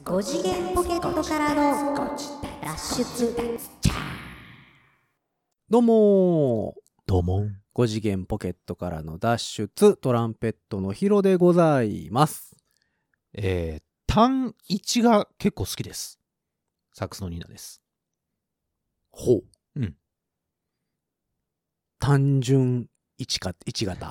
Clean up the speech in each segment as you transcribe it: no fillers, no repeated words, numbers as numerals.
5次元ポケットからの脱出。 どうもどうも。 5次元ポケットからの脱出、トランペットのヒロでございます。 単1が結構好きです。サックスのニーナです。 ほう。 うん。 単純1型。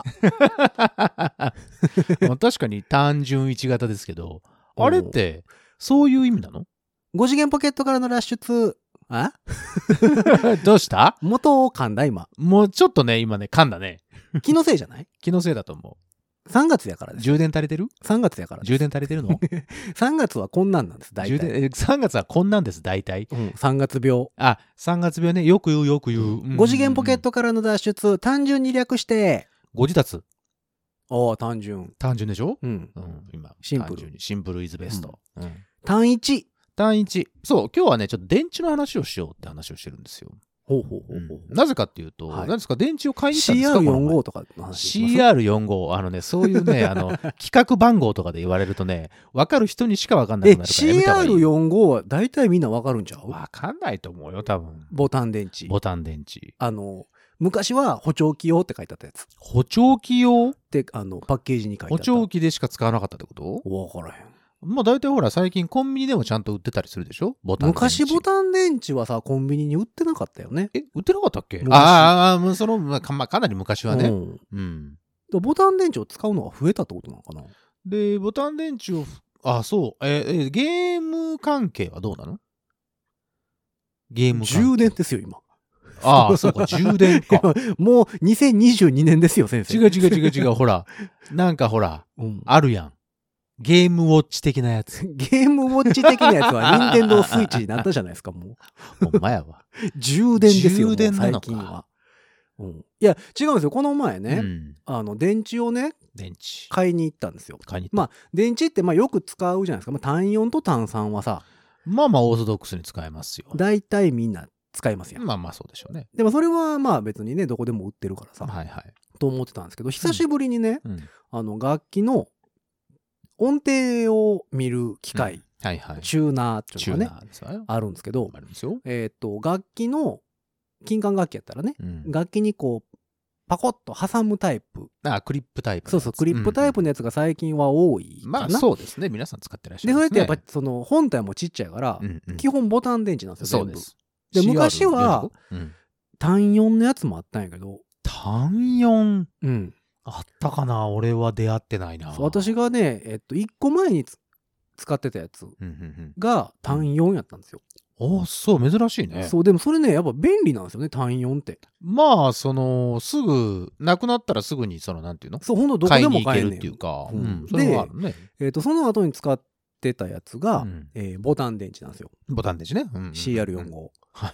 まあ確かに単純1型ですけど、あれってそういう意味なの 5次元ポケットからの脱出。 どうした元を噛んだ今。 もうちょっとね、今ね、噛んだね。 気のせいじゃない？ 気のせいだと思う。 3月やからです。 充電足りてる？ 3月やからです。 充電足りてるの 3月はこんなんなんです、大体。 3月はこんなんです、大体。 3月病。 あ、3月病ね。よく言う。 5次元ポケットからの脱出、単純に略して、 ご自立。 ああ、単純。 単純でしょ？今。 シンプル。 単純にシンプルイズベスト。 単1。 単1。そう、今日はね、ちょっと電池の話をしようって話をしてるんですよ。 ほう。 なぜかっていうと、何ですか、電池を買いに行ったんですか？ CR45 とかの話。 CR45。そういうね、規格番号とかで言われるとね、分かる人にしか分かんなくなるからやめた方がいい。 CR45 は大体みんな分かるんちゃう？ 分かんないと思うよ、多分。 ボタン電池。 ボタン電池。 昔は補聴器用って書いてあったやつ。 補聴器用ってパッケージに書いてあった。 補聴器でしか使わなかったってこと？ 分からへん。 まあ大体ほら最近コンビニでもちゃんと売ってたりするでしょ？ボタン電池。 昔ボタン電池はさ、コンビニに売ってなかったよね。 売ってなかったっけ？ 昔。 かなり昔はね。 ボタン電池を使うのが増えたってことなのかな？ で、ボタン電池を、そう、ゲーム関係はどうなの？ゲーム関係。 充電ですよ、今。 ああ、そうか、充電か。 もう2022年ですよ、先生。 違う、ほら。なんかほら、あるやん。ゲームウォッチ的なやつ。 ゲームウォッチ的なやつは任天堂スイッチになったじゃないですか、もう。 ほんまやわ。 充電ですよ、 充電なのか。 最近は。いや、違うんですよ。この前ね、電池をね、買いに行ったんですよ。まあ、電池ってよく使うじゃないですか。単4と単3はさ。 まあオーソドックスに使えますよ。 大体みんな使いますよ。 まあそうでしょうね。 でもそれは別にね、どこでも売ってるからさ。と思ってたんですけど、久しぶりにね、楽器の音程を見る機械、チューナーっていうのがね、あるんですけど、楽器の、金管楽器やったらね、楽器にこう、パコッと挟むタイプ。 クリップタイプ。 そう、クリップタイプのやつが最近は多いかな。 まあそうですね、皆さん使ってらっしゃる。 で、それってやっぱり本体もちっちゃいから、基本ボタン電池なんですよ、全部。で、昔は、単4のやつもあったんやけど。 単 4？ あったかな？俺は出会ってないな。 私がね、1個前に使ってたやつが単4やったんですよ。 そう、珍しいね。 そう、でもそれね、やっぱ便利なんですよね、単4って。 まあ、すぐ、なくなったらすぐに、なんていうの？ そう、ほんとどこでも買えるっていうか。 で、その後に使ってたやつが、ボタン電池なんですよ。 ボタン電池ね。 CR45。 はい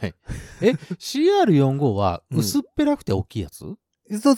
。CR45 は薄っぺらくて大きいやつ？ そう。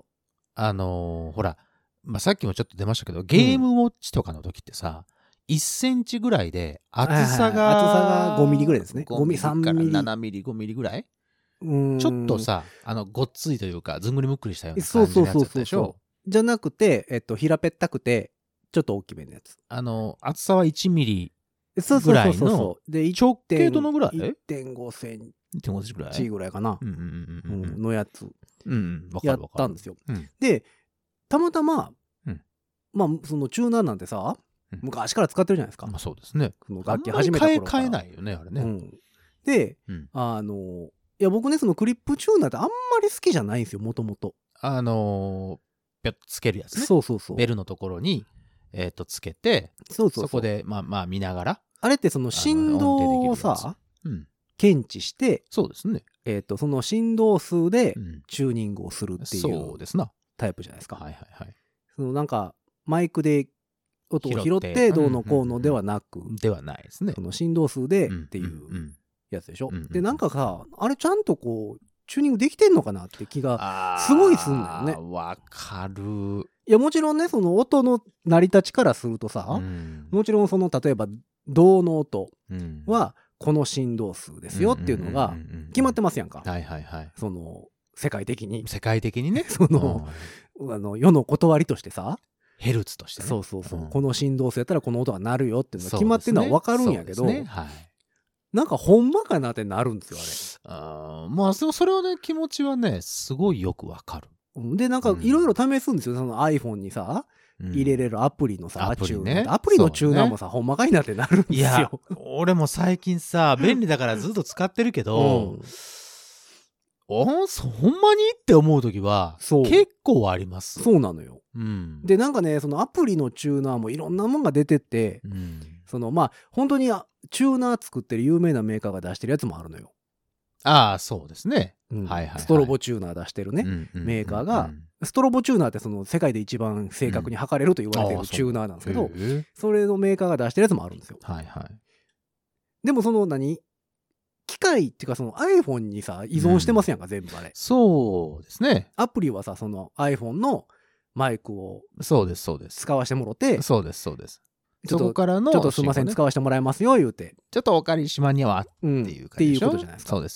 ほら、さっきもちょっと出ましたけど、ゲームウォッチとかの時ってさ、1センチぐらいで厚さが 5ミリぐらいですね。 5ミリから7ミリ、5ミリぐらい？ちょっとさ、ごっついというか、ずんぐりむっくりしたような感じのやつだったでしょ？そう。 じゃなくて、平べったくて、ちょっと大きめのやつ。 厚さは1ミリぐらいの、直径どのぐらい？ 1.5 センチチぐらいかな。のやつ。やったんですよ。で、たまたま、そのチューナーなんてさ、昔から使ってるじゃないですか。 そうですね。 楽器始めた頃から。 変えないよね、あれね。 で、いや僕ね、そのクリップチューナーってあんまり好きじゃないんですよ、もともと。 ぴょっとつけるやつね。 そう。 ベルのところに、つけて、そこで、見ながら。 あれってその振動をさ、検知して、 そうですね。 その振動数でチューニングをするっていうタイプじゃないですか。そのなんかマイクで音を拾ってどうのこうのではなく、 ではないですね。 その振動数でっていうやつでしょ。でなんかさ、あれちゃんとこうチューニングできてんのかなって気がすごいすんだよね。 わかる。 いやもちろんね、その音の成り立ちからするとさ、もちろんその例えば銅の音はこの振動数ですよっていうのが決まってますやんか。その世界的にね。 その世の断りとしてさ。 ヘルツとしてね。 そうそうそう。この振動数やったらこの音が鳴るよっていうのが決まってるのは分かるんやけど、なんかほんまかなってなるんですよ、 あれ。まあ、それはね、気持ちはね、すごいよく分かる。 で、なんかいろいろ試すんですよ。その iPhone にさ、入れれるアプリのさ、 アプリね。 アプリのチューナーもさ、ほんまかいなってなるんですよ。いや、 俺も最近さ、便利だからずっと使ってるけど、ほんまにって思うときは、結構あります。 そうなのよ。で、なんかね、そのアプリのチューナーもいろんなもんが出てて、まあ、本当にチューナー作ってる有名なメーカーが出してるやつもあるのよ。 ああ、そうですね。 ストロボチューナー出してるね、メーカーが、ストロボチューナーってその世界で一番正確に測れると言われてるチューナーなんですけど、それのメーカーが出してるやつもあるんですよ。でもその機械っていうかその iPhone にさ、依存してますやんか、全部あれ。 そうですね。 アプリはさ、その iPhone のマイクを使わしてもろて、 そうです。そこからの、 ちょっとすいません、使わせてもらいますよ、言うて。 ちょっとお借りしまにはっていう感じでしょ。 っていうことじゃないですか。 そうです。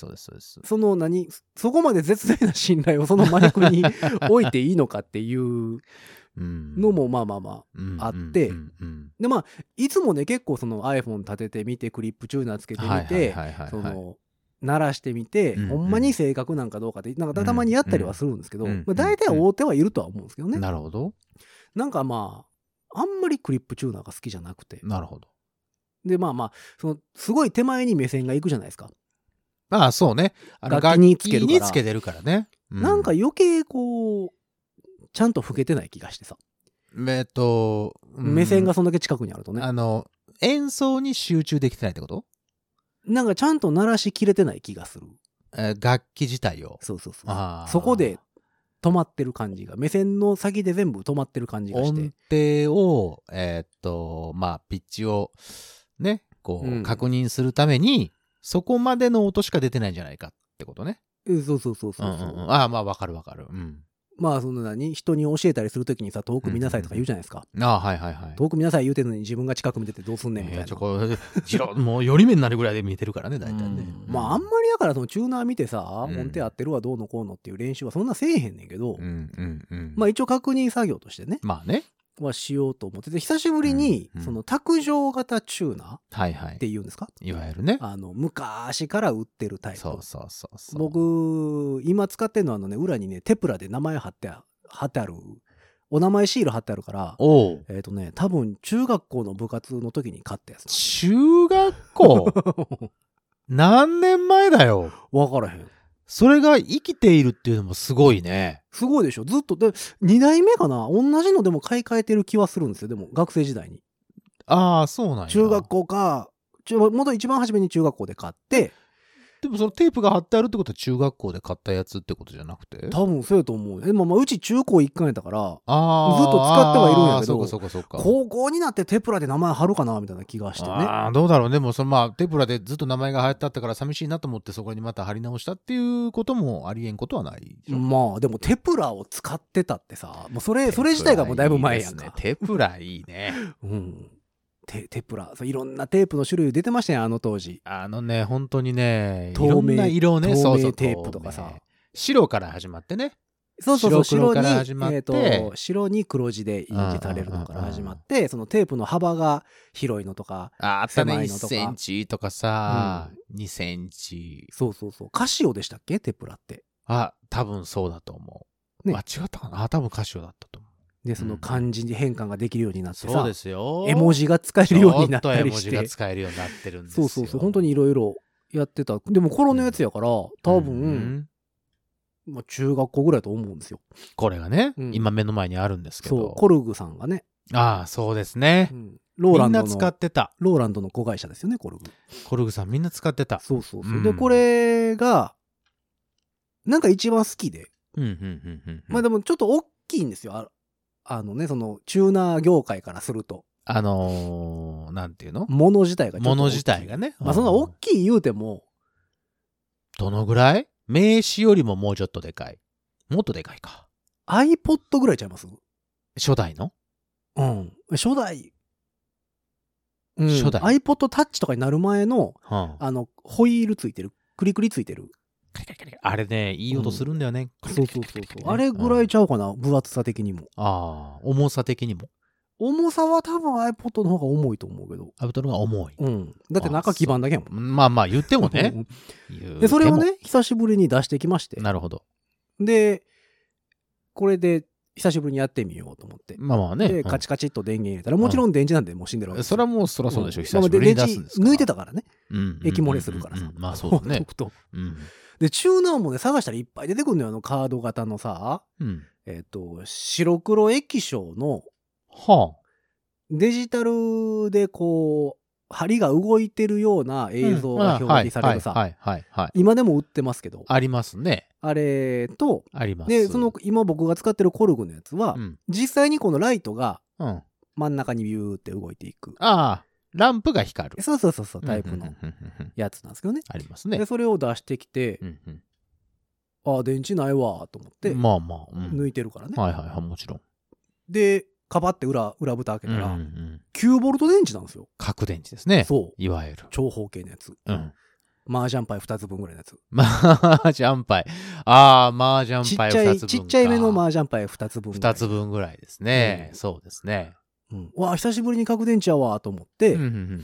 そこまで絶大な信頼をそのマイクに置いていいのかっていうのもまああって、でまあいつもね結構その iPhone 立ててみてクリップチューナーつけてみて鳴らしてみてほんまに正確なんかどうかってなんかたまにやったりはするんですけど、大体大手はいるとは思うんですけどね。 なるほど。 なんかまああんまりクリップチューナーが好きじゃなくて。 なるほど。 でまあすごい手前に目線がいくじゃないですか。 ああそうね。 楽器につけてるからね。 なんか余計こうちゃんと老けてない気がしてさ。目線がそんだけ近くにあるとね。 演奏に集中できてないってこと？ なんかちゃんと鳴らしきれてない気がする。 楽器自体を。 そう。そこで止まってる感じが、目線の先で全部止まってる感じがして。 音程を、まあ、ピッチをね、こう、確認するために、そこまでの音しか出てないんじゃないかってことね。 そう。 ああ、まあ、わかる。 まあ人に教えたりするときにさ遠く見なさいとか言うじゃないですか。遠く見なさい言うてるのに自分が近く見ててどうすんねんみたいな。 もう寄り目になるぐらいで見えてるからね大体ね。 まああんまりだからそのチューナー見てさ音程合ってるわどうのこうのっていう練習はそんなせえへんねんけど、まあ一応確認作業としてね。 まあね。 はしようと思ってて久しぶりにその卓上型チューナーっていうんですか、 いわゆるね昔から売ってるタイプ。 そう僕今使ってるのは裏にねテプラで名前貼ってあるお名前シール貼ってあるから多分中学校の部活の時に買ったやつ。 中学校何年前だよ。 分からへん。 それが生きているっていうのもすごいね。 すごいでしょ。ずっとで2代目かな同じのでも買い替えてる気はするんですよ。でも学生時代に。 ああそうなんや。 中学校か元一番初めに中学校で買って。 でもそのテープが貼ってあるってことは中学校で買ったやつってことじゃなくて？ 多分そうやと思う。でもうち中高一貫やったからずっと使ってはいるんやけど、 そうか高校になってテプラで名前貼るかなみたいな気がしてね。 どうだろう。でもテプラでずっと名前が貼ってあったから寂しいなと思ってそこにまた貼り直したっていうこともありえんことはないでしょ。 まあでもテプラを使ってたってさ、もうそれ自体がもうだいぶ前やんか。 テプラいいね。 テプラいろんなテープの種類出てましたよ当時。 本当にねいろんな色ね。 透明テープとかさ白から始まってね。 白から始まって白に黒字で印字されるのから始まってそのテープの幅が広いのとか狭いのとか1センチとかさ2センチ。 そうカシオでしたっけテプラって。 多分そうだと思う。間違ったかな。多分カシオだったと思う。 でその漢字に変換ができるようになってさ、 そうですよ。 絵文字が使えるようになったりして、 絵文字が使えるようになってるんですよ。 そう本当にいろいろやってた。でも頃のやつやから多分、中学校ぐらいだと思うんですよ。 これがね、今目の前にあるんですけど。 コルグさんがね。 そうですね。 ローランドのみんな使ってた。 ローランドの子会社ですよねコルグ。 コルグさんみんな使ってた。 そう。でこれがなんか一番好きで。まあでもちょっと大きいんですよ。そのチューナー業界からするとなんていうの？ 物自体がちょっと物自体がね。 まあそんな大きい言うてもどのぐらい？名刺よりももうちょっとでかい。もっとでかいか。 iPod ぐらいちゃいます？ 初代の？ 初代。iPod Touch とかになる前のホイールついてるクリクリついてるあれね、いい音するんだよね。 そう。あれぐらいちゃうかな、分厚さ的にも。 重さ的にも。 重さは多分 iPod の方が重いと思うけど。 iPod の方が重い。 だって中基板だけやもん。 まあ言ってもね。 で、それをね、久しぶりに出してきまして。 なるほど。 で、これで久しぶりにやってみようと思って。 まあね。 で、カチカチっと電源入れたら、もちろん電池なんでもう死んでるわけです。 それはもうそりゃそうでしょ。久しぶりに出すんですから。 抜いてたからね。液漏れするからさ。 まあそうだね。 で、チューナーもね、探したらいっぱい出てくるのよ、カード型のさ。白黒液晶の、デジタルでこう、針が動いてるような映像が表示されるさ。今でも売ってますけど。 ありますね。 あれと、 あります。 で、今僕が使ってるコルグのやつは、実際にこのライトが真ん中にビューって動いていく。 ランプが光る。 そう、タイプのやつなんですけどね。 ありますね。 で、それを出してきて、電池ないわと思って、抜いてるからね。 もちろん。 で、カバって裏蓋開けたら、9ボルト電池なんですよ。 核電池ですね。 そう。 いわゆる。 長方形のやつ。麻雀牌2つ分ぐらいのやつ。 麻雀牌。麻雀牌2つ分。 ちっちゃい目の麻雀牌2つ分ぐらい。 2つ分ぐらいですね。そうですね。 わあ、久しぶりに核電池やわと思って、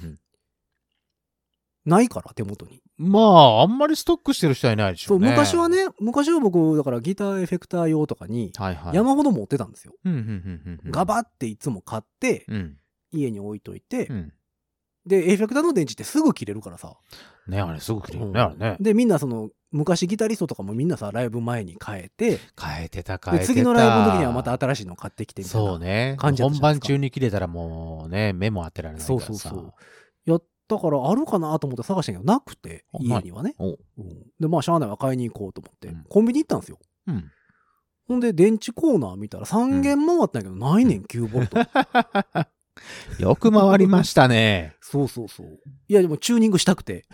ないから手元に。 あんまりストックしてる人はいないでしょうね。 そう、昔は僕、だからギターエフェクター用とかに、山ほど持ってたんですよ。ガバっていつも買って、家に置いといて、で、エフェクターの電池ってすぐ切れるからさ。 ね、あれすぐ切れるね、あれね。 で、みんな昔ギタリストとかもみんなさ、ライブ前に変えてた。 次のライブの時にはまた新しいの買ってきてみたいな感じだった。 本番中に切れたらもうね、目も当てられないからさ。 そう。だからあるかなと思って探したけど、なくて、家にはね。で、しゃあないわ、買いに行こうと思って、コンビニ行ったんですよ。ほんで、電池コーナー見たら3軒回ったんやけど、ないねん、9ボルト。 よく回りましたね。 そう。いや、でもチューニングしたくて。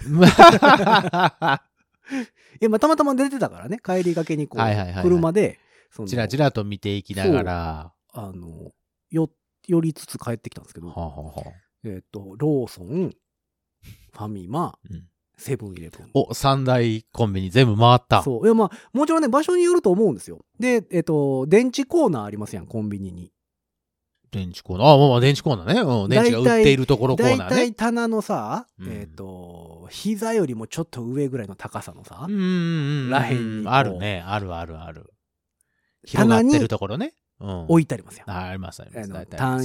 たまたま出てたからね、帰りがけにこう、車で、 ちらちらと見ていきながら、 寄りつつ帰ってきたんですけど、ローソン、ファミマ、セブンイレブン。 3大コンビニ全部回った。 そう。いや、もちろんね、場所によると思うんですよ。で、電池コーナーありますやん、コンビニに。 電池コーナー電池コーナーね。電池が売っているところコーナーね。 だいたい棚のさ、膝よりもちょっと上ぐらいの高さのさ、らへんに。 あるね。ある。広がってるところね。 置いてありますよ。 あります。 単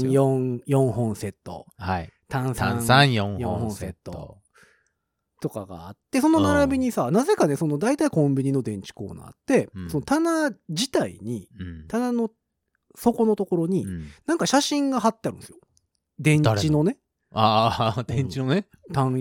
4本セット。単3 4本セット。とかがあって、その並びにさ、なぜかね、大体コンビニの電池コーナーって、その棚自体に、棚の底のところに、なんか写真が貼ってあるんですよ。電池のね。 電池のね。 単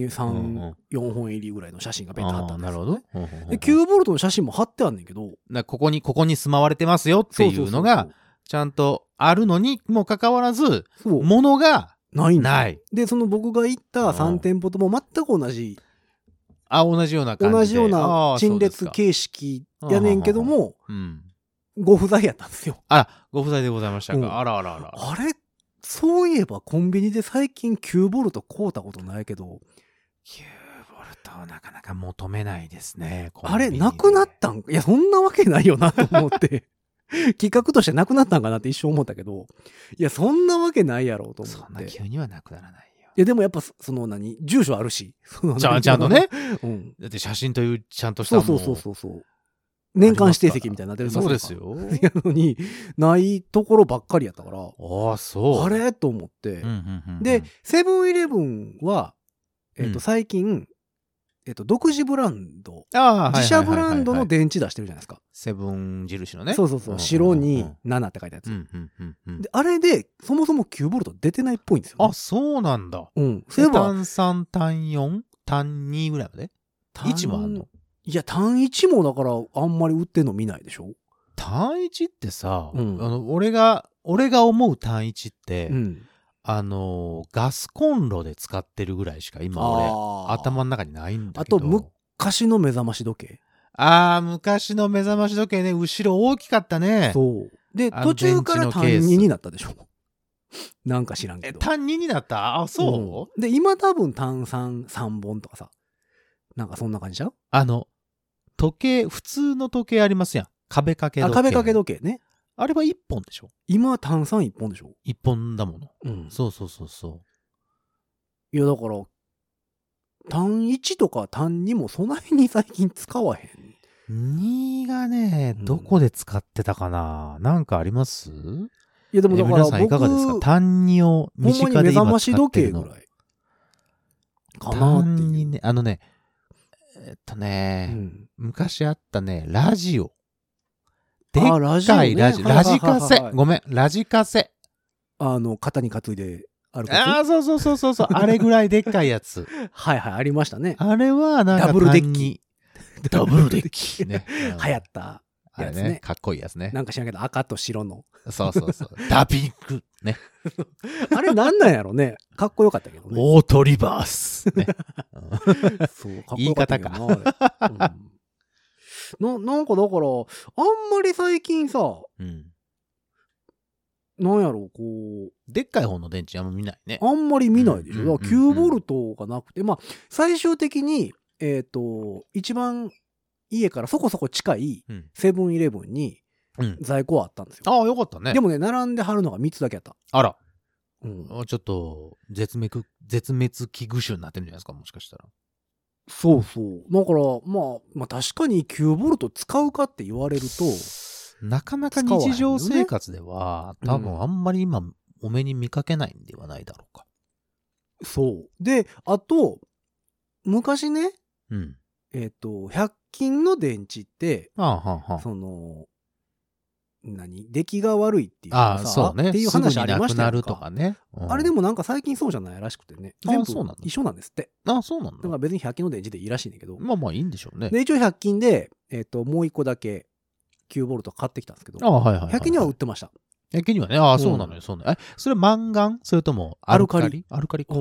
3、4本入りぐらいの写真がペンと貼ってあるんですよ。 なるほど。 で、9ボルトの写真も貼ってあんねんけど、 ここに住まわれてますよっていうのが、ちゃんとあるのにもかかわらず、物がない。 で、僕が行った3店舗とも全く同じ。 同じような感じで。 同じような陳列形式やねんけども、ご不在やったんですよ。 ご不在でございましたか。 あれ、そういえばコンビニで最近9ボルト買うたことないけど、 9ボルトなかなか求めないですね。 あれ、なくなったんか。いや、そんなわけないよなと思って。企画としてなくなったんかなって一瞬思ったけど、いや、そんなわけないやろうと思って。 そんな急にはなくならないよ。 いや、でもやっぱ、住所あるし。 ちゃんとね。だって写真というちゃんとしたもの。 そう。年間指定席みたいになってるんそうですよ。 やのに、ないところばっかりやったから。 そう。 あれと思って。で、セブンイレブンは、最近、独自ブランド、自社ブランドの電池出してるじゃないですか。 セブン印のね。 そう。白に7って書いたやつ。で、あれで、そもそも9ボルト出てないっぽいんですよ。 そうなんだ。 そういえば。 単3、単4、単2ぐらいまで ?1 もあんの？ いや、単1もだからあんまり売ってんの見ないでしょ？ 単1ってさ、俺が思う単1って、ガスコンロで使ってるぐらいしか今俺頭の中にないんだけど。 あと昔の目覚まし時計。 昔の目覚まし時計ね、後ろ大きかったね。 そう。で、途中から単2になったでしょ。なんか知らんけど。 単2になった？そう、 で、今多分単3本とかさ。なんかそんな感じちゃう？ 時計、普通の時計ありますやん。壁掛け時計。 壁掛け時計ね。 あれは1本でしょ？ 今、炭酸1本でしょ ？1本だもの。 うん。 そうそうそうそう。 いや、だから、単1とか単2もそないに最近使わへん。 2がね、どこで使ってたかな？なんかあります？ いや、でもだから皆さんいかがですか？単2を身近で今使ってるの。 ほんまに目覚まし時計ぐらい。かなっていう。単2 ね、昔あったね、ラジオ。でっかいラジカセ。ごめん、ラジカセ。 肩に担いで歩く。 そう。あれぐらいでっかいやつ。 はいはい、ありましたね。 あれはなんかダブルデッキ。 ダブルデッキ。ね。 流行ったやつね。 かっこいいやつね。 なんか知らんけど、赤と白の。 そう。ダピンク。ね。 あれなんなんやろね。かっこよかったけどね。 オートリバース。ね。 そう、かっこよかったけどな。なんかだから、あんまり最近さ、なんやろ、こう。 でっかい方の電池あんま見ないね。 あんまり見ないでしょ。だから9ボルトがなくて、まあ、最終的に、一番家からそこそこ近いセブンイレブンに在庫はあったんですよ。 ああ、よかったね。 でもね、並んで貼るのが3つだけやった。 あら。ちょっと、絶滅危惧種になってるんじゃないですか、もしかしたら。 そう。だから、まあ確かに9ボルト使うかって言われると、 なかなか日常生活では、多分あんまり今お目に見かけないんではないだろうか。 そう。で、あと、昔ね、100均の電池って、出来が悪いっていうかさ、っていう話ありましたよ。あれでもなんか最近そうじゃないらしくてね。全部一緒なんですって。 そうなんだ。 だから別に100均の電池でいいらしいんだけど。 まあいいんでしょうね。 で、一応100均で、もう一個だけ9ボルト買ってきたんですけど、100均には売ってました。 100均にはね、そうなのよ、そうなのよ。それマンガン？それともアルカリか。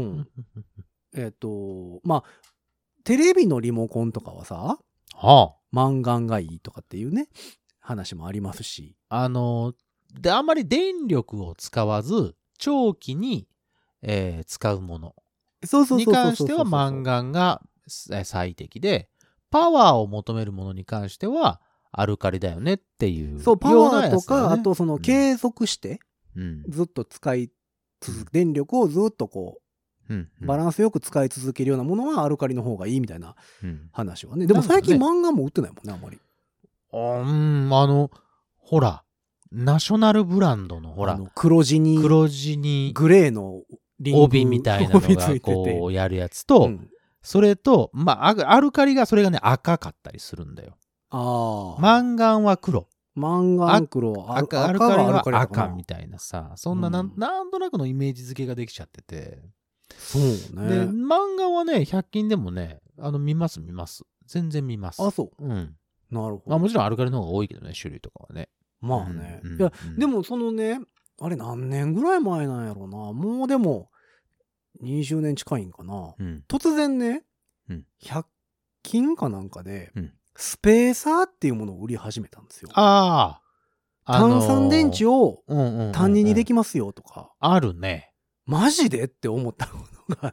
まあ、テレビのリモコンとかはさ、マンガンがいいとかっていうね、話もありますし。 あんまり電力を使わず、長期に、使うものに関してはマンガンが最適で、パワーを求めるものに関してはアルカリだよねっていう。 そう、パワーとか、あとその継続して、ずっと使い続け、電力をずっとこう、バランスよく使い続けるようなものはアルカリの方がいいみたいな話はね。でも最近マンガンも売ってないもんね、あんまり。 ほら、ナショナルブランドのほら、 黒地に、グレーの帯みたいなのがこうやるやつと、それと、まあ、アルカリがそれがね、赤かったりするんだよ。マンガンは黒。 マンガン黒。 アルカリは赤みたいなさ、そんななんとなくのイメージ付けができちゃってて。 そうね。 で、マンガンはね、100均でもね、見ます。全然見ます。 あ、そう。なるほど。 もちろんアルカリの方が多いけどね、種類とかはね。 まあね。いや、でもそのね、あれ何年ぐらい前なんやろうな。もうでも、20年近いんかな。突然ね、100均かなんかで、スペーサーっていうものを売り始めたんですよ。炭酸電池を単二にできますよとか。 あるね。 マジでって思ったことがあって。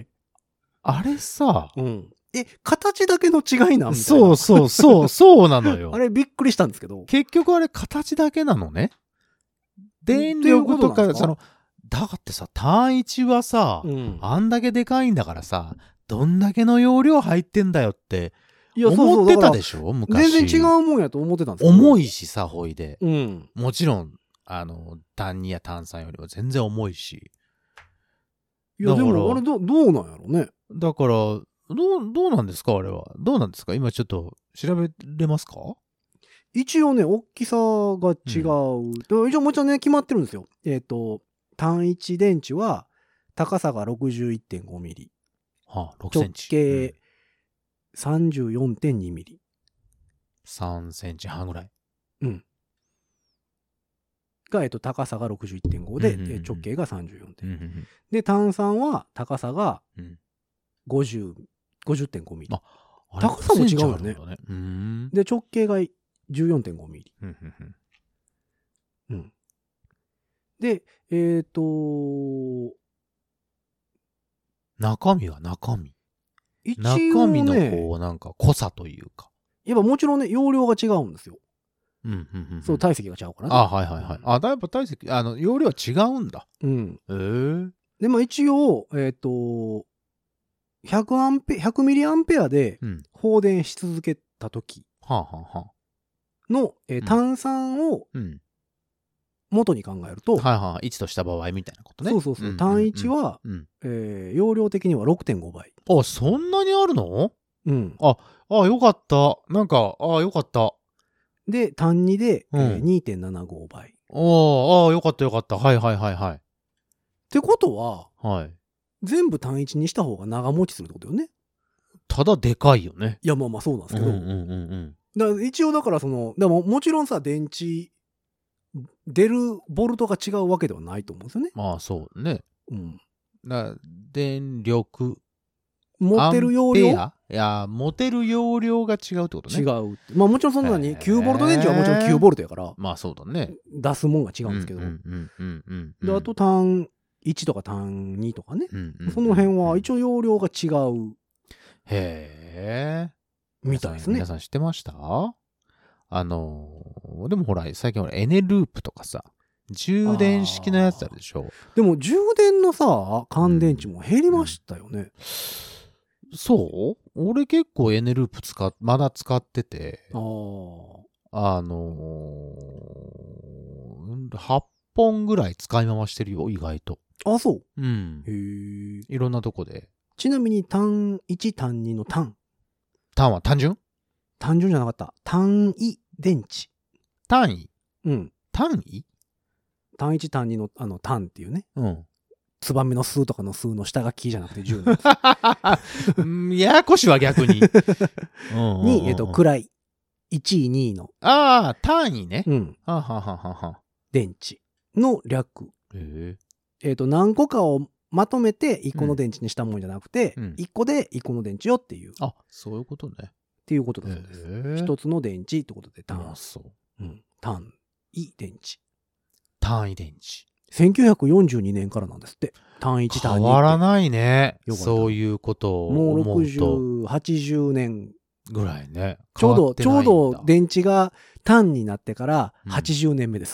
あれさ、 形だけの違いなんみたいな。 そうなのよ。 あれびっくりしたんですけど。 結局あれ形だけなのね。電力とか、だってさ、単一はさ、あんだけでかいんだからさ、どんだけの容量入ってんだよって、思ってたでしょ昔。 全然違うもんやと思ってたんですよ。重いしさ、ほいで。 もちろん、単二や炭酸よりは全然重いし。 いや、でもあれどうなんやろね。 だから、どうなんですかあれは。どうなんですか今ちょっと調べれますか？ 一応ね、大きさが違う。一応もちろんね、決まってるんですよ。単一電池は高さが 61.5 ミリ。 6センチ。 直径 34.2 ミリ。 3センチ半ぐらい。 が、高さが 61.5 で、直径が 34.2。で、炭酸は高さが50.5 ミリ。高さも違うよね。で、直径が 14.5 ミリ。で、 中身は中身。中身のこう、なんか濃さというか。 やっぱもちろんね、容量が違うんですよ。そう、体積が違うからね。 はいはいはい。あ、やっぱ体積、容量は違うんだ。 うん。で、まあ一応、100ミリアンペアで放電し続けたときの単酸を元に考えると、 1とした場合みたいなことね。 そう。単1は、容量的には 6.5 倍。 あ、そんなにあるの？ うん。 よかった。なんか、よかった。 で、単2で 2.75 倍。 よかったよかった。はい。 ってことは、全部単1にした方が長持ちするってことよね。 ただでかいよね。 いや、まあそうなんですけど。だから一応だからでももちろんさ、電池、出るボルトが違うわけではないと思うんですよね。 まあそうね。 うん。 電力。 持ってる容量？ 持てる容量が違うってことね。 違う。まあもちろんそんなに9ボルト電池はもちろん9ボルトやから。 まあそうだね。 出すもんが違うんですけど。で、あと単1とか単2とかね。その辺は一応容量が違う。 へえ。 みたいですね。 皆さん知ってました？でもほら、最近エネループとかさ、充電式のやつあるでしょ。 でも充電のさ、乾電池も減りましたよね。 そう？俺結構エネループまだ使ってて、8本ぐらい使い回してるよ、意外と。 あ、そう。 うん。へえ。いろんなとこで。 ちなみに単1、単2の単。 単は単純？ 単純じゃなかった。単位電池。 単位？ うん。単位？ 単1、単2の単っていうね。 うん。 ツバメの数とかの数の下がキーじゃなくて10 なんです。ややこしは逆に。 に、位。1位、2位の。 単位ね。 うん。電池の略。何個かをまとめて1個の電池にしたもんじゃなくて、1個で1個の電池よっていう。 そういうことね。 っていうことだそうです。一つの電池ってことで単。単位電池。 単位電池。 1942年からなんですって。単1単2。 変わらないね。そういうことを思うと。 もう60、80年ぐらいね。 ちょうど電池が単になってから80年目です。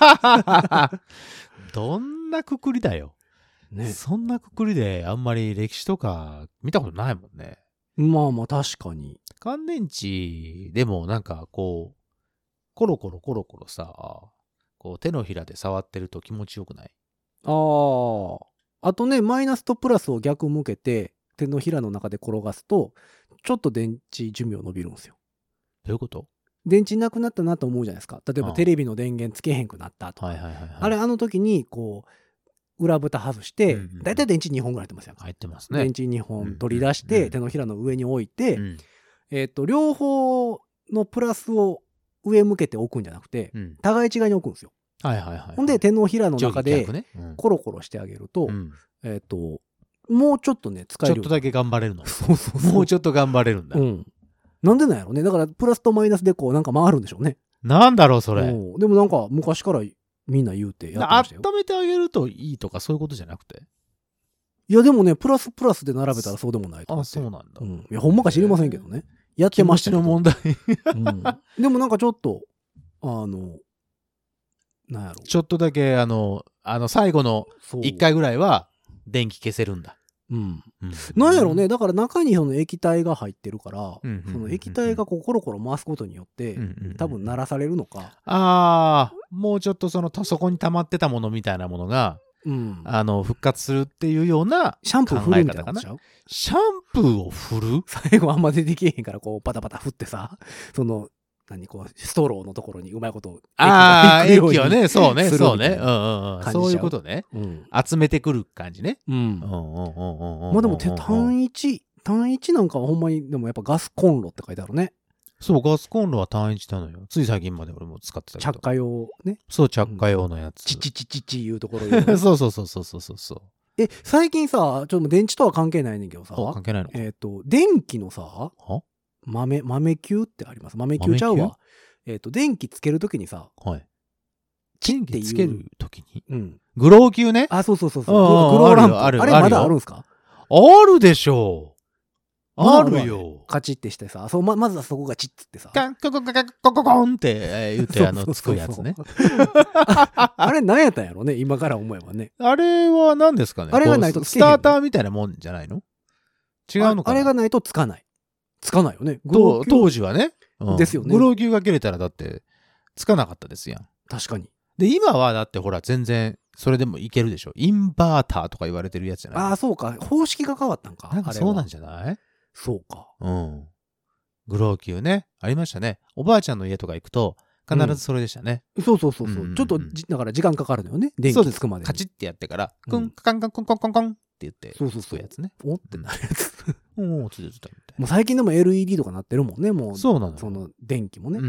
どんなくくりだよ。ね。そんなくくりであんまり歴史とか見たことないもんね。 まあまあ確かに。 乾電池でもなんかこう、コロコロさ、こう手のひらで触ってると気持ちよくない？ あとね、マイナスとプラスを逆向けて手のひらの中で転がすと、ちょっと電池寿命伸びるんですよ。 どういうこと？ 電池なくなったなと思うじゃないですか。例えばテレビの電源つけへんくなったとか。あれ、あの時にこう、裏蓋外して、だいたい電池2本ぐらい入ってますよ。 入ってますね。 電池2本取り出して、手のひらの上に置いて、両方のプラスを上向けて置くんじゃなくて、互い違いに置くんですよ。ほんで、手のひらの中でコロコロしてあげると、もうちょっとね、使える。 ちょっとだけ頑張れるの。もうちょっと頑張れるんだ。 なんでなんやろね。だから、プラスとマイナスでこう、なんか回るんでしょうね。 なんだろう、それ。 でもなんか、昔からみんな言うてやってましたよ。 温めてあげるといいとか、そういうことじゃなくて。 いや、でもね、プラスプラスで並べたらそうでもないと思って。 そうなんだ。 いや、ほんまか知りませんけどね。やってましたの問題。 でもなんかちょっと、なんやろ。 ちょっとだけ、最後の1回ぐらいは、電気消せるんだ。 なんやろね。だから中にその液体が入ってるから、その液体がこうコロコロ回すことによって、多分鳴らされるのか。 もうちょっとそこに溜まってたものみたいなものが、復活するっていうようなシャンプー振るみたいなことちゃう？ シャンプーを振る？ 最後あんま出てけえへんからこうパタパタ振ってさ、ストローのところにうまいこと液をね、そうね。そういうことね。集めてくる感じね。 まあでも単一なんかはほんまに、でもやっぱガスコンロって書いてあるね。 そう、ガスコンロは単一なのよ。つい最近まで俺も使ってたけど。 着火用ね。 そう、着火用のやつ。 ちいうところよ。 そう。 最近さ、ちょっと電池とは関係ないねんけどさ。 関係ないの？ 電気のさ、豆球ってあります。豆球ちゃうわ。電気つけるときにさ。 電気つけるときに？グロー球ね。 そう。グローランプ。あれまだあるんすか？ あるでしょう。 あるよ。 カチってしてさ、まずはそこがチッつってさ。 カンココココココンって言ってつくやつね。 あれ何やったんやろね、今から思えばね。 あれは何ですかね。 あれがないとスターターみたいなもんじゃないの？違うのかな。 あれがないとつかない。つかないよね。 当時はね。 ですよね。 グロー級が切れたらだってつかなかったですやん。 確かに。 で、今はだってほら全然それでもいけるでしょ。インバーターとか言われてるやつじゃない？ ああ、そうか。方式が変わったんか。 なんかそうなんじゃない？ そうか。 うん。グロー級ね。ありましたね。おばあちゃんの家とか行くと、必ずそれでしたね。 そう。ちょっと、だから時間かかるのよね。電気つくまで。 カチッってやってから、クンカンカンコンコンコンコンって言って、 そうやつね。 おってなるやつ。 おお、ついてたみたいな。 もう最近でも LED とかなってるもんね、もう。 そうなの。 その電気もね。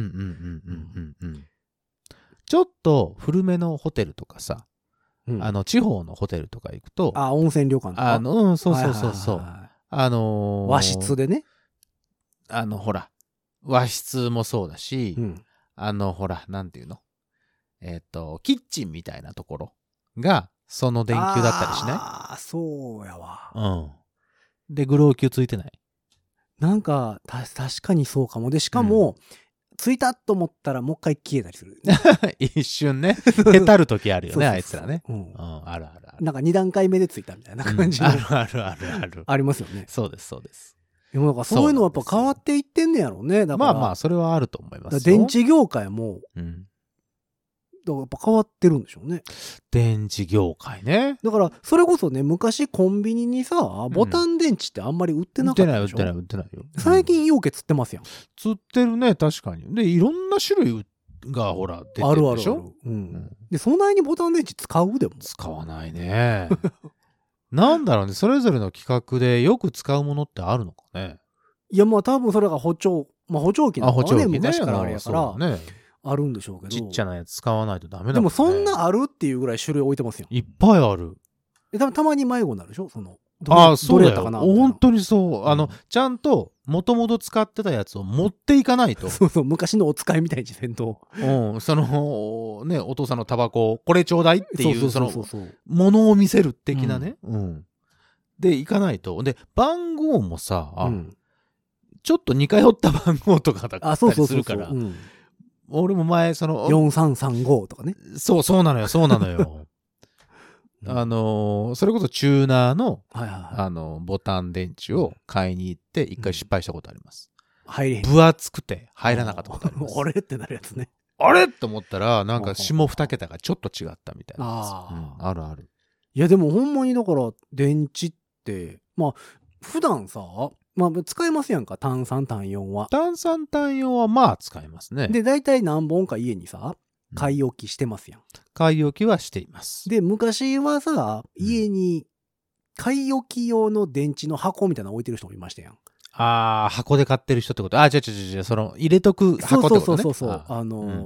ちょっと古めのホテルとかさ、地方のホテルとか行くと、 温泉旅館とか。 そう。 和室でね。 ほら、和室もそうだし、ほら、なんていうの？キッチンみたいなところが、その電球だったりしない？ ああ、そうやわ。 で、グロー級ついてない？ なんか、確かにそうかも。で、しかも、ついたと思ったらもう一回消えたりする。 一瞬ね。へたる時あるよね、あいつらね。ある。 なんか2段階目でついたみたいな感じの。 ある。 ありますよね。 そうです。 でもなんかそういうのはやっぱ変わっていってんねやろうね。だからまあ、それはあると思いますよ。 電池業界も、だからやっぱ変わってるんでしょうね。 電池業界ね。 だからそれこそね、昔コンビニにさ、ボタン電池ってあんまり売ってなかったでしょ。 売ってないよ。 最近イオケ釣ってますやん。 釣ってるね、確かに。で、いろんな種類がほら出てるでしょ。 で、そんなにボタン電池使うでも。 使わないね。なんだろうね、それぞれの企画でよく使うものってあるのかね。 いや、まあ多分それが補聴器なんかね、昔からあれやから、 ね、 あるんでしょうけど。 ちっちゃなやつ使わないとダメだもんね。 でもそんなあるっていうぐらい種類置いてますよ。 いっぱいある。 たまに迷子になるでしょその。 そうだよ。本当にそう。ちゃんと、もともと使ってたやつを持っていかないと。 そう、昔のお使いみたいにせんと。 その、ね、お父さんのタバコ、これちょうだいっていう、その、ものを見せる的なね。で、行かないと。で、番号もさ、ちょっと似通った番号とかだったりするから。俺も前、その、 4335とかね。 そうなのよ。それこそチューナーの、ボタン電池を買いに行って一回失敗したことあります。分厚くて入らなかったことあります。 あれってなるやつね。 あれって思ったら、なんか下2桁がちょっと違ったみたいな。ある。 いやでもほんまにだから電池って、まあ普段さ、使えますやんか、単3単4は。 単3単4はまあ使えますね。 で、大体何本か家にさ、買い置きしてますやん。 買い置きはしています。 で、昔はさ、家に買い置き用の電池の箱みたいなの置いてる人もいましたやん。 箱で買ってる人ってこと？違う、その、入れとく箱ってことね。 そう。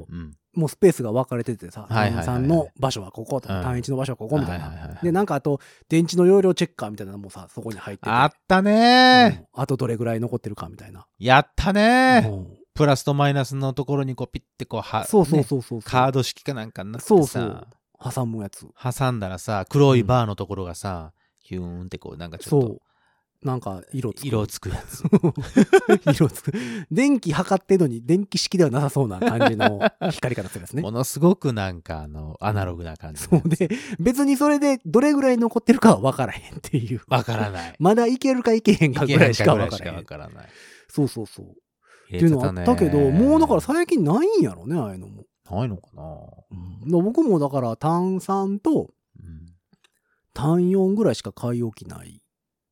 もうスペースが分かれててさ、単3の場所はこことか、単1の場所はここみたいな。で、なんかあと、電池の容量チェッカーみたいなのもさ、そこに入ってて。 あったねあとどれぐらい残ってるかみたいな。 やったねプラスとマイナスのところにこうピッてこうそうカード式かなんかになってさ、 そう挟むやつ。 挟んだらさ、黒いバーのところがさ、ヒューンってこうなんかちょっとなんか色つくやつ。 色つく。電気測ってるのに電気式ではなさそうな感じの光り方するやつね。 ものすごくなんかアナログな感じ。 そうで、別にそれでどれぐらい残ってるかは分からへんっていう。 分からない。 まだいけるかいけへんかぐらいしか分からない。 そう。っていうのあったけど、もうだから最近ないんやろね、ああいうのも。 ないのかな。 僕もだから単3と単4ぐらいしか買い置きない。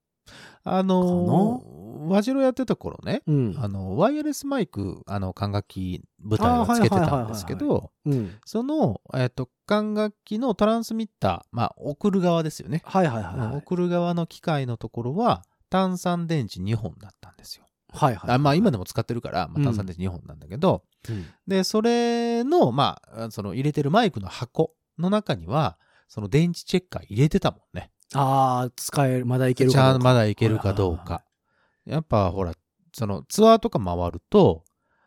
和白やってた頃ね、ワイヤレスマイク、管楽器部隊をつけてたんですけど、その、管楽器のトランスミッター、送る側ですよね。送る側の機械のところは、単3電池2本だったんですよ。今でも使ってるから、単3電池2本なんだけど、で、それの、その入れてるマイクの箱の中には、その電池チェッカー入れてたもんね。 まだいけるかどうか。 まだいけるかどうか。やっぱほら、そのツアーとか回ると、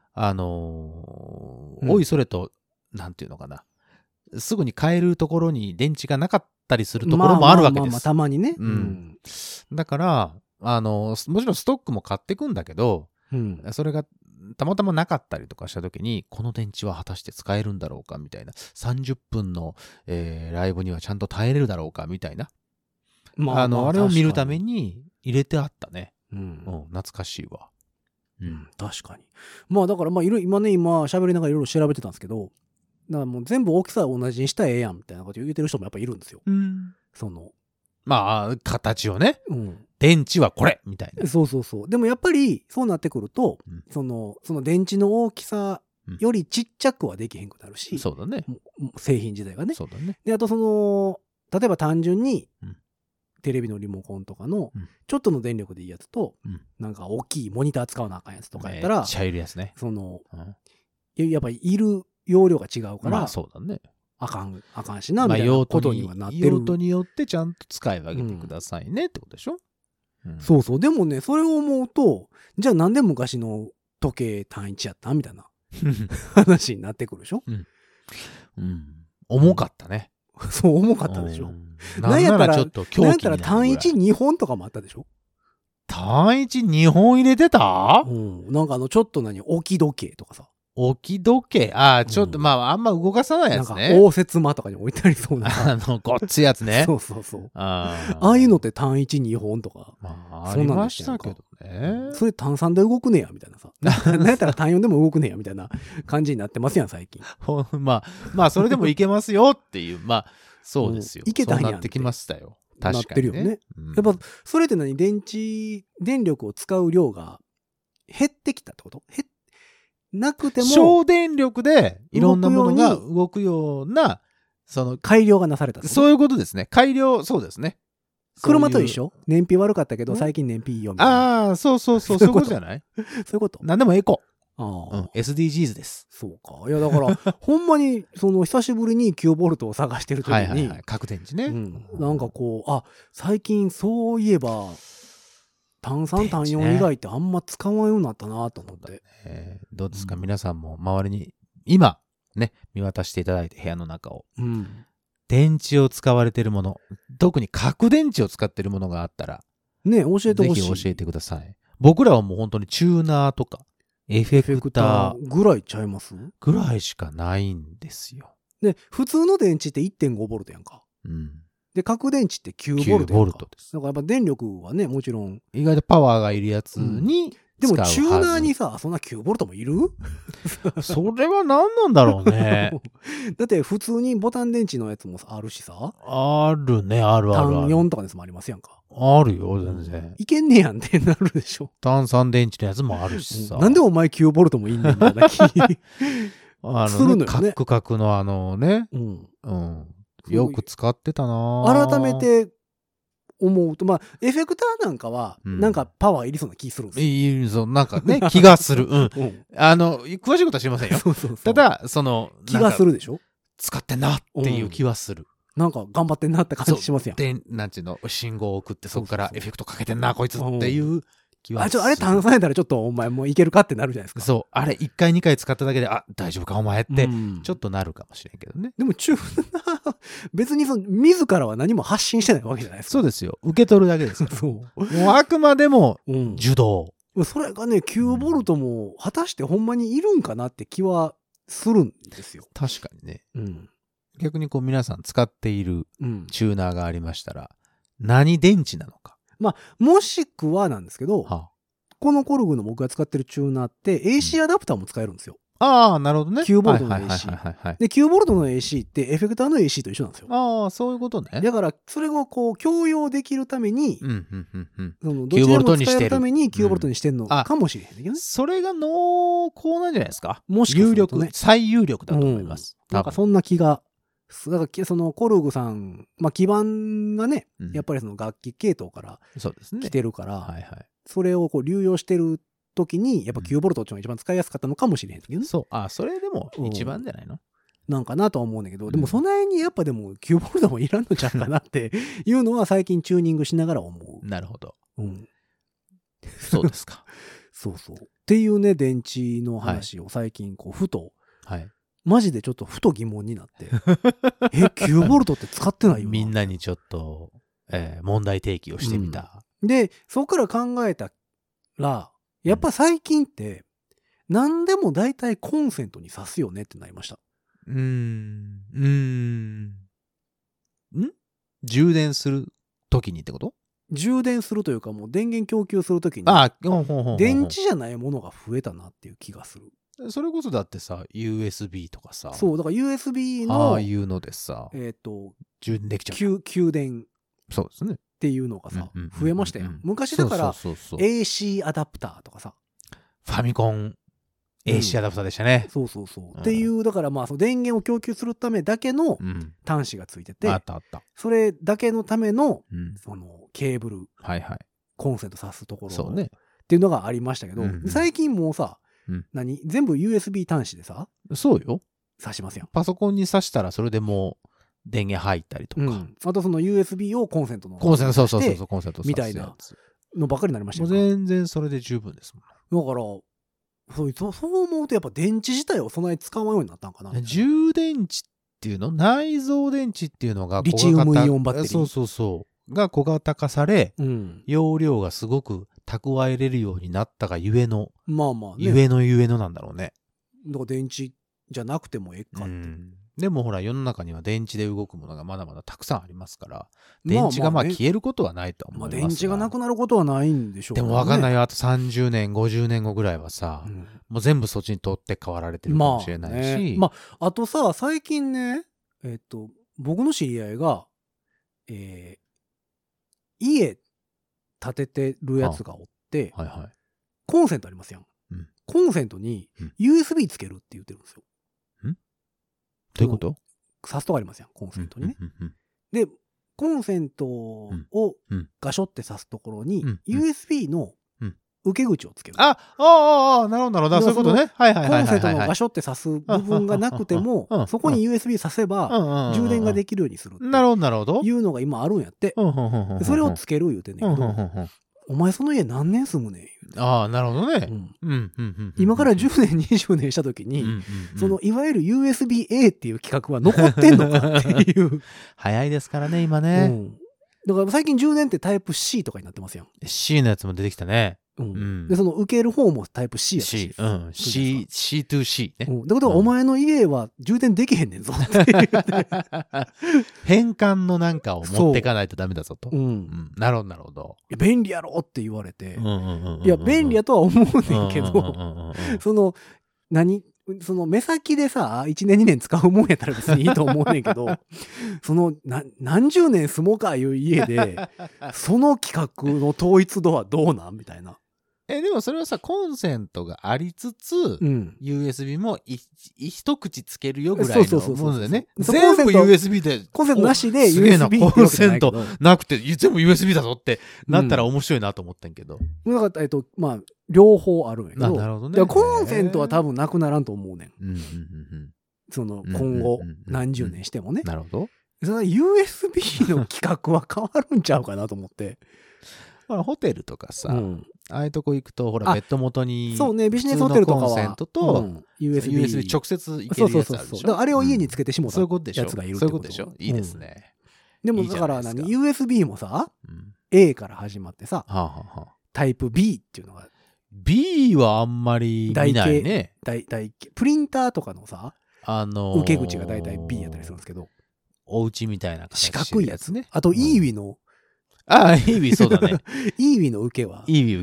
おいそれと、なんていうのかな。すぐに買えるところに電池がなかったりするところもあるわけです。 たまにね。 だから、 もちろんストックも買ってくんだけど、 うん、 それがたまたまなかったりとかした時に、この電池は果たして使えるんだろうかみたいな、30分の、ライブにはちゃんと耐えれるだろうかみたいな、あれを見るために入れてあったね。懐かしいわ。 確かに。まあだから今喋りながらいろいろ調べてたんですけど、だからもう全部大きさ同じにしたらええやんみたいなこと言ってる人もやっぱいるんですよ。 まあ形をね、電池はこれみたいな。 そう。でもやっぱりそうなってくると、その電池の大きさよりちっちゃくはできへんくなるし、 そうだね。 製品自体がね。 そうだね。 であと例えば単純に、テレビのリモコンとかのちょっとの電力でいいやつと、なんか大きいモニター使わなあかんやつとかやったら、 めっちゃいるやつね。 やっぱりいる容量が違うから、 そうだね。 あかんしなみたいなことにはなってる。 用途によってちゃんと使い分けてくださいねってことでしょ。 そう。でもね、それを思うと、じゃあなんで昔の時計単一やったみたいな話になってくるでしょ。 重かったね。 そう重かったでしょ。 なんならちょっと狂気になるぐらい。 単一2本とかもあったでしょ。 単一2本入れてた？ なんかちょっと置き時計とかさ。 置き時計？ちょっとあんま動かさないやつね。 なんか応接間とかに置いてありそうな。 ごっついやつね。 そう。ああいうのって単一2本とか。 ありましたけどね。 それ単3で動くねやみたいなさ。なんやったら単4でも動くねやみたいな感じになってますやん最近。 まあそれでもいけますよっていうそうですよ。 いけたんやん。 そうなってきましたよ。確かにね。 なってるよね。やっぱそれって電力を使う量が減ってきたってこと？なくても省電力でいろんなものが動くような改良がなされた。 そういうことですね。そうですね。 車と一緒？燃費悪かったけど最近燃費いいよみたいな。 そういうことじゃない？ そういうこと。 なんでもエコ。SDGs です。 そうか。いやだからほんまに久しぶりに9ボルトを探してる時に、 核電池ね。 なんか最近そういえば単3単4以外ってあんま使わんようになったなと思って。 どうですか、皆さんも周りに今ね見渡していただいて部屋の中を、電池を使われているもの、特に核電池を使っているものがあったらね教えてほしい。 ぜひ教えてください。僕らはもう本当にチューナーとかエフェクターぐらいちゃいます？ ぐらいしかないんですよ。 で普通の電池って 1.5 ボルトやんか。で核電池って9ボルトやんか。9ボルトです。だからやっぱ電力はねもちろん意外とパワーがいるやつにでもチューナーにさそんな9ボルトもいる？ それは何なんだろうね。 だって普通にボタン電池のやつもあるしさ。 あるね。ある。 単4とかのやつもありますやんか。 あるよ全然。 いけんねやんってなるでしょ。 単3電池のやつもあるしさ。 なんでお前9ボルトもいいんだみたいな気するのよね。 カックカクのね。よく使ってたな。 改めて思うとエフェクターなんかはなんかパワーいりそうな気するんですよ。 なんかね気がする。詳しいことは知りませんよ。ただ気がするでしょ。 使ってんなっていう気はする。 なんか頑張ってんなって感じしますやん。 でなんちゅうの信号を送ってそこからエフェクトかけてんなこいつっていう気はする。 あれ単3やったらちょっとお前もういけるかってなるじゃないですか。 そうあれ1回2回使っただけで大丈夫かお前ってちょっとなるかもしれんけどね。 でもチューナー別に自らは何も発信してないわけじゃないですか。 そうですよ。受け取るだけですから。もうあくまでも受動。 それがね9ボルトも果たしてほんまにいるんかなって気はするんですよ。 確かにね。逆に皆さん使っているチューナーがありましたら、何電池なのか。 もしくはなんですけど、このコルグの僕が使ってるチューナーって AC アダプターも使えるんですよ。 なるほどね。 9ボルトの AC。で、9ボルトの AC ってエフェクターの AC と一緒なんですよ。 そういうことね。 だから、それを共用できるために、 どちらも使えるために9ボルトにしてるのかもしれへんけどね。 それが濃厚なんじゃないですか。 もしかするとね。 最有力だと思います。 なんかそんな気が。だからコルグさん、基盤がね、やっぱり楽器系統から来てるから、それを流用してる時にやっぱ9ボルトっていうのが一番使いやすかったのかもしれへんけどね。 それでも一番じゃないの？ なんかなとは思うんだけど、でもその辺にやっぱでも9ボルトもいらんのちゃうかなっていうのは最近チューニングしながら思う。 なるほど。そうですか。 そう。っていうね電池の話を最近ふと。マジでちょっとふと疑問になって。9ボルトって使ってないよな。 みんなにちょっと、問題提起をしてみた。 で、そこから考えたら、やっぱ最近って、何でも大体コンセントに挿すよねってなりました。 充電するときにってこと？ 充電するというかもう電源供給するときに、電池じゃないものが増えたなっていう気がする。 それこそだってさ、USB とかさ。 そう、だから USB の、 ああいうのでさ、充電できちゃう。 給電。 そうですね。 っていうのがさ、増えましたよ。昔だから、AC アダプターとかさ。 ファミコン AC アダプターでしたね。 そうそうそう。っていう、だからまあ、その電源を供給するためだけの端子がついてて、 あった。 それだけのための、そのケーブル、コンセント挿すところっていうのがありましたけど、最近もうさ、全部 USB 端子でさ、 そうよ。 挿しますやん。 パソコンに挿したらそれでもう電源入ったりとか。 あとその USB をコンセントの。 コンセント、そう、コンセントみたいなのばっかりになりましたよ。 全然それで十分ですもん。だから、そう思うとやっぱ電池自体をそんなに使わんようになったんかな。 充電池っていうの？内蔵電池っていうのがリチウムイオンバッテリー。 そう。が小型化され、容量がすごく蓄えれるようになったがゆえの、 まあまあね。 ゆえのなんだろうね。 だから電池じゃなくてもええかって。 でもほら世の中には電池で動くものがまだまだたくさんありますから、電池が消えることはないと思いますが。 電池がなくなることはないんでしょうね。 でもわかんないよ。あと30年、50年後ぐらいはさ、もう全部そっちに取って変わられてるかもしれないし。 あとさ、最近ね、僕の知り合いが、家建ててるやつがおって、コンセントありますやん。コンセントに USB つけるって言ってるんですよ。 どういうこと？ 挿すとこありますやん、コンセントにね。で、コンセントをガショって挿すところに USB の受け口をつける。 なるほど。そういうことね。 コンセントのガショって挿す部分がなくても、そこに USB 挿せば充電ができるようにする。 なるほど。 いうのが今あるんやって。それをつける言うてんねんけど、お前その家何年住むねん。 なるほどね。 今から10年、20年したときに、そのいわゆる USB-A っていう企画は残ってんのかっていう。 早いですからね、今ね。 だから最近充電ってタイプ C とかになってますやん。 C のやつも出てきたね。 で、その受ける方もタイプ C やったし。 C2C ね。 ってことは、お前の家は充電できへんねんぞって。 変換のなんかを持ってかないとダメだぞと。なるほど。 便利やろって言われて。いや、便利やとは思うねんけど、その目先でさ、1年2年使うもんやったら別にいいと思うねんけど、何十年住もうかいう家で、その企画の統一度はどうなんみたいな。 でもそれはさ、コンセントがありつつ、USB も一口つけるよぐらいのものでね。全部 USB で。 コンセントなしで USB コンセントなくて、全部 USB だぞってなったら面白いなと思ってんけど。 だから、まあ、両方あるんやけど。 なるほどね。 コンセントは多分なくならんと思うねん。今後、何十年してもね。 なるほど。 その USB の規格は変わるんちゃうかなと思って。 ホテルとかさ、ああいうとこ行くと、ほら、ベッド元に、 そうね、ビジネスホテルとかは、 コンセントと、USB 直接いけるやつあるでしょ。 あれを家につけてしもたやつがいるってこと。 そういうことでしょ。いいですね。 でもだからUSB もさ、A から始まってさ、タイプ B っていうのが。 B はあんまり見ないね。 プリンターとかのさ、受け口が大体 B やったりするんですけど。 お家みたいな四角いやつね。あと、イーウィの、 イーウィそうだね。 イーウィの受けは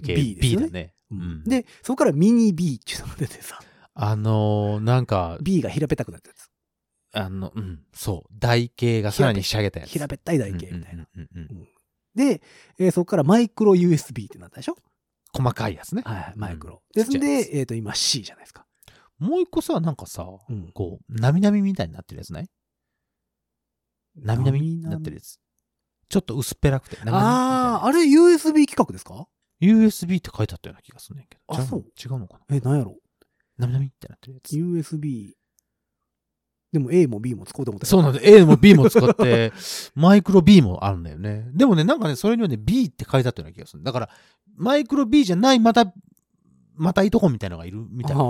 B だね。 で、そこからミニ B っていうのが出てさ。 なんか、 B が平べったくなったやつ。 そう。台形がさらに仕上げたやつ。 平べったい台形みたいな。で、そこからマイクロ USB ってなったでしょ？ 細かいやつね。 はい、マイクロ。ですんで、今 C じゃないですか。 もう一個さ、なんかさ、こう、なみなみみたいになってるやつない？なみなみになってるやつ。ちょっと薄っぺらくて。 あれ USB 規格ですか？ USB って書いてあったような気がするねんけど。 そう違うのかな？ なんやろ？ なみなみってなってるやつ。 USB。でも A も B も使おうと思った。 そうなんだ。A も B も使って、マイクロ B もあるんだよね。でもね、なんかね、それにはね、B って書いてあったような気がする。だから、マイクロ B じゃない、またいとこみたいなのがいるみたいな。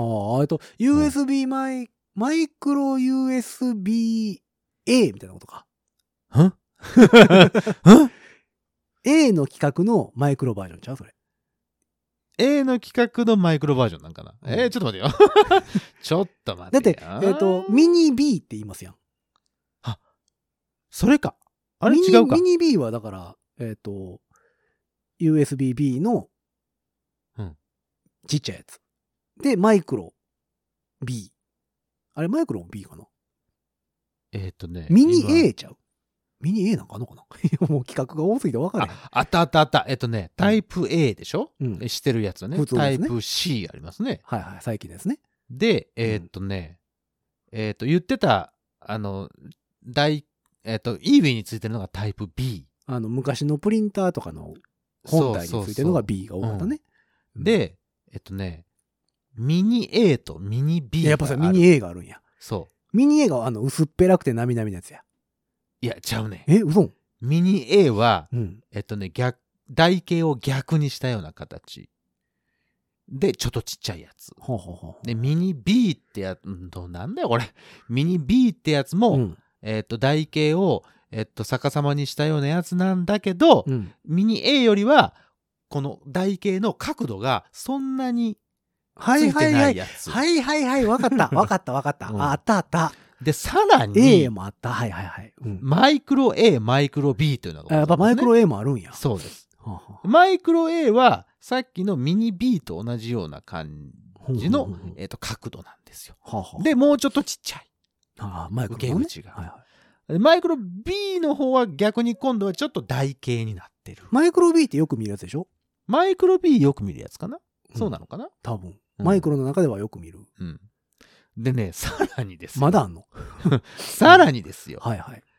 USB マイクロ USB A みたいなことか。 A の規格のマイクロバージョンちゃうそれ。 A の規格のマイクロバージョンなんかな。ちょっと待ってよ。ちょっと待ってよ。 だって、ミニ B って言いますやん。 あ、それか。あれ違うか。 ミニ B はだから、USB-B の、ちっちゃいやつ。で、マイクロ B。あれ、マイクロも B かな。ミニ A ちゃうミニ A なんかあんのかなもう規格が多すぎて分からへん。 あった。タイプ A でしょ、してるやつね。タイプ C ありますね。 はいはい、最近ですね。 で、言ってた、イーウィーについてるのがタイプ B。 昔のプリンターとかの本体についてるのが B が多かったね。 で、ミニ A とミニ B がある。 やっぱさ、ミニ A があるんや。 そう。 ミニ A が薄っぺらくてなみなみのやつや。 いや、ちゃうね。 嘘？ ミニ A は、台形を逆にしたような形。で、ちょっとちっちゃいやつ。で、ミニ B ってやつ、なんだよこれ。ミニ B ってやつも、台形を、逆さまにしたようなやつなんだけど、ミニ A よりは、この台形の角度がそんなについてないやつ。 はい。わかった。あった。 で、さらに、 A もあった。はい。 マイクロ A、マイクロ B というのが、 やっぱマイクロ A もあるんや。 そうです。マイクロ A は、さっきのミニ B と同じような感じの、角度なんですよ。で、もうちょっとちっちゃい。受け口が。マイクロ B の方は逆に今度はちょっと台形になってる。 マイクロ B ってよく見るやつでしょ？ マイクロ B よく見るやつかな？そうなのかな？ 多分。マイクロの中ではよく見る。 でね、さらにですよ。 まだあんの？ さらにですよ。 はい。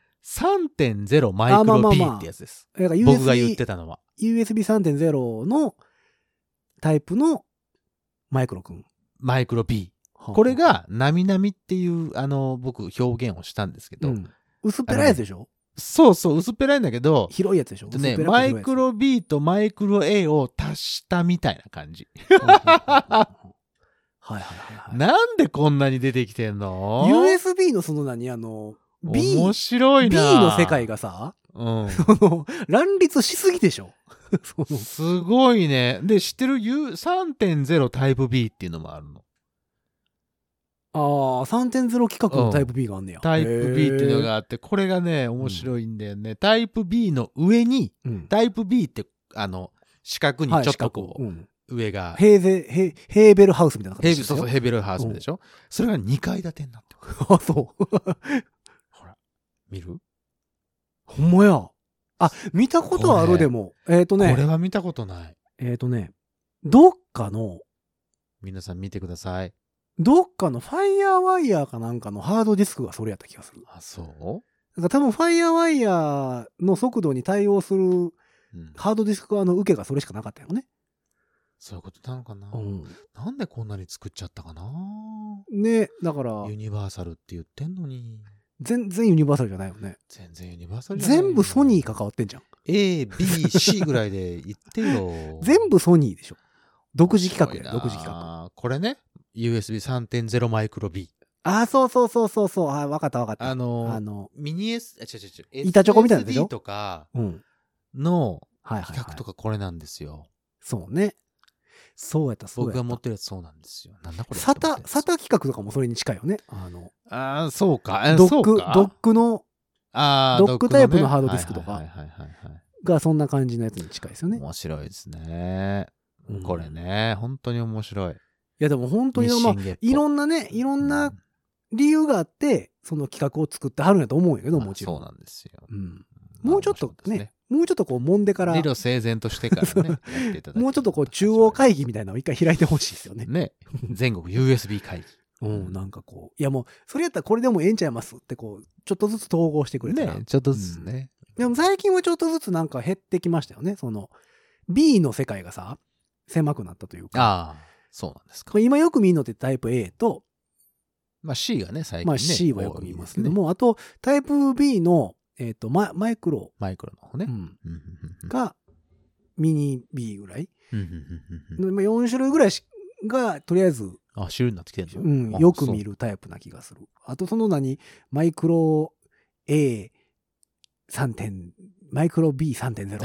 3.0 マイクロ B ってやつです。僕が言ってたのは。 USB 3.0 のタイプのマイクロくん。 マイクロ B。これが、なみなみっていう、僕、表現をしたんですけど。 薄っぺらいやつでしょ？ そう、薄っぺらいんだけど。 広いやつでしょ？ マイクロ B とマイクロ A を足したみたいな感じ。なんでこんなに出てきてんの？ USB のそのB、 面白いな。 B の世界がさ、乱立しすぎでしょ？ すごいね。で、知ってる 3.0 タイプ B っていうのもあるの。 3.0 規格のタイプ B があんねや。 タイプ B っていうのがあって、これがね、面白いんだよね。タイプ B の上に、タイプ B って、四角にちょっとこう、上が。 ヘーベルハウスみたいな感じ。 そう、ヘーベルハウスでしょ？それが2階建てになってる。 そう。 ほら、見る？ ほんまや。見たことはあるでも。これは見たことない。 どっかの、 皆さん見てください。 どっかのファイヤーワイヤーかなんかのハードディスクがそれやった気がする。 そう？ なんか多分ファイヤーワイヤーの速度に対応するハードディスク側の受けがそれしかなかったよね。 そういうことなのかな。なんでこんなに作っちゃったかな。 ね、だから。 ユニバーサルって言ってんのに。 全然ユニバーサルじゃないよね。 全然ユニバーサルじゃない。 全部ソニー関わってんじゃん。 A、B、C ぐらいで言ってよ。 全部ソニーでしょ。独自企画や、独自企画。 これね、USB 3.0 マイクロ B。 そう。わかった。 ミニ S、 板チョコみたいなやつでしょ SD とかの企画とかこれなんですよ。 そうね。そうやった。 僕が持ってるやつそうなんですよ。なんだこれ。 サタ企画とかもそれに近いよね。 そうか。 ドックの、ドックタイプのハードディスクとかがそんな感じのやつに近いですよね。 面白いですね。これね、本当に面白い。いやでも本当にいろんな理由があって、その企画を作ってはるんやと思うんやけど、もちろん。 そうなんですよ。 もうちょっとね、もうちょっとこう揉んでから。 理路整然としてからね。 もうちょっとこう中央会議みたいなのを一回開いてほしいですよね。 ね。全国 USB 会議。 なんかこう。いやもう、それやったらこれでもええんちゃいますってこう、ちょっとずつ統合してくれたら。 ね、ちょっとずつね。 でも最近はちょっとずつなんか減ってきましたよね。その、B の世界がさ、狭くなったというか。 そうなんですか。 今よく見るのってタイプ A と、 C がね、最近ね。 C はよく見ますけども、あとタイプ B の、マイクロの方ね。 が、ミニ B ぐらい。4種類ぐらいが、とりあえず、 種類になってきてるんですよ。よく見るタイプな気がする。あとそのマイクロ A3.0 マイクロ B3.0。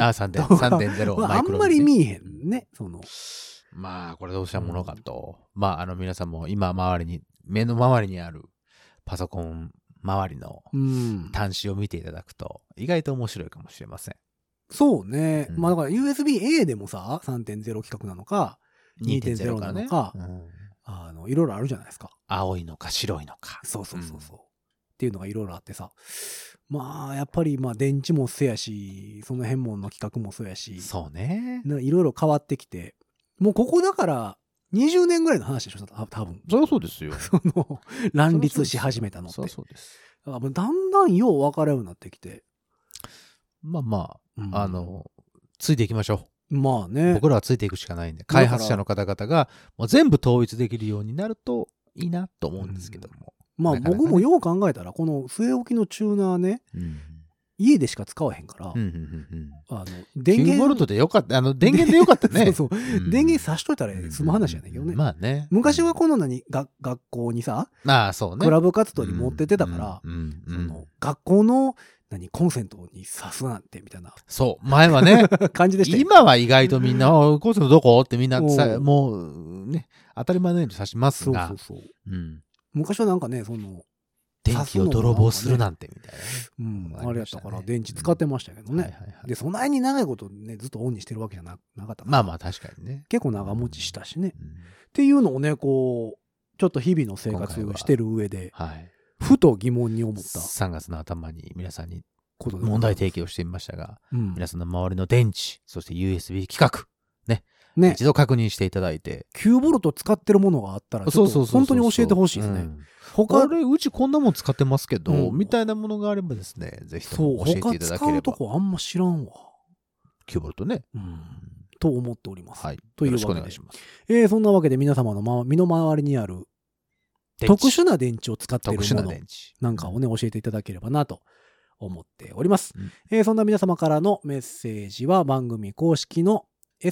3.0。 あんまり見えへんね。 まあ、これどうしたものかと。まあ、皆さんも今目の周りにあるパソコン周りの端子を見ていただくと、意外と面白いかもしれません。 そうね。まあだから USB-A でもさ、3.0 規格なのか、2.0 なのか、いろいろあるじゃないですか。 青いのか白いのか。 そう。っていうのがいろいろあってさ。まあ、やっぱり電池もそうやし、その辺もの規格もそうやし。 そうね。 いろいろ変わってきて、もうここだから20年ぐらいの話でしょ、多分。 そうですよ。 乱立し始めたのって。 そうです。 だんだんよう分かるようになってきて。 まあ、ついていきましょう。まあね。 僕らはついていくしかないんで、開発者の方々がもう全部統一できるようになるといいなと思うんですけども。 まあ僕もよう考えたら、この据え置きのチューナーね、家でしか使わへんから、 電源。9ボルトでよかった。電源でよかったね。 そう。電源差しといたら済む話やねんけどね。 まあね。 昔はこの学校にさ、 そうね。 クラブ活動に持ってってたから、学校のコンセントに挿すなんてみたいな。 そう。前はね。 感じでした。 今は意外とみんな、コンセントどこってみんなもうね、当たり前のように挿しますが。 そう。昔は電気を泥棒するなんてみたいな。あれやったから電池使ってましたけどね。で、そんなに長いことね、ずっとオンにしてるわけじゃなかったから。 まあ確かにね。 結構長持ちしたしね。っていうのをね、ちょっと日々の生活をしてる上で、ふと疑問に思った。 3月の頭に皆さんに問題提起をしてみましたが、皆さんの周りの電池、そして USB 規格、ね、一度確認していただいて。 9ボルト使ってるものがあったら、本当に教えてほしいですね。 うちこんなもん使ってますけど、みたいなものがあればですね、ぜひとも教えていただければ。 他使うとこあんま知らんわ。 9ボルトね。 と思っております。 はい。 というよろしくお願いします。 そんなわけで皆様の身の回りにある特殊な電池を使っているものなんかをね、教えていただければなと思っております。そんな皆様からのメッセージは番組公式の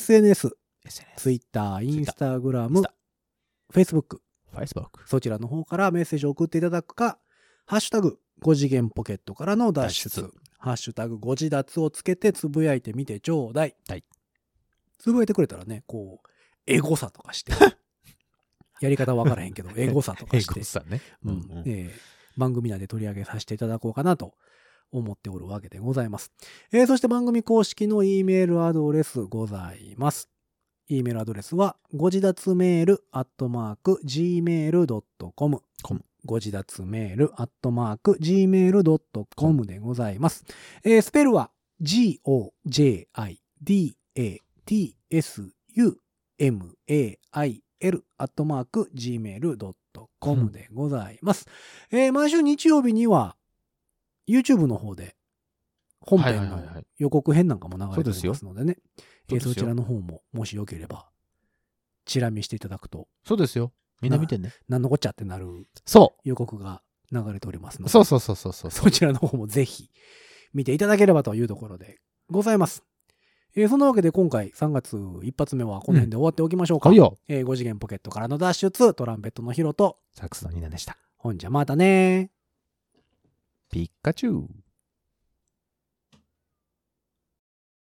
SNS、Twitter、Instagram、Facebook、そちらの方からメッセージを送っていただくか、ハッシュタグ5次元ポケットからの脱出、ハッシュタグ5次脱をつけてつぶやいてみてちょうだい。つぶやいてくれたらね、エゴサとかして、やり方わからへんけど、エゴサとかして、番組内で取り上げさせていただこうかなと思っておるわけでございます。そして番組公式の E メールアドレスございます。E メールアドレスは、ご自立メール@gmail.com。ご自立メール@gmail.com でございます。スペルは、gojidatumail@gmail.com でございます。毎週日曜日には、YouTube の方で、本編の予告編なんかも流れておりますのでね。そちらの方も、もしよければ、チラ見していただくと。 そうですよ。みんな見てね。 なんのこっちゃってなる予告が流れておりますので。 そう。 そちらの方もぜひ見ていただければというところでございます。そんなわけで今回3月一発目はこの辺で終わっておきましょうか。5次元ポケットからの脱出、トランペットのヒロとサックスのニナでした。 ほんじゃまたね。 ピッカチュウ。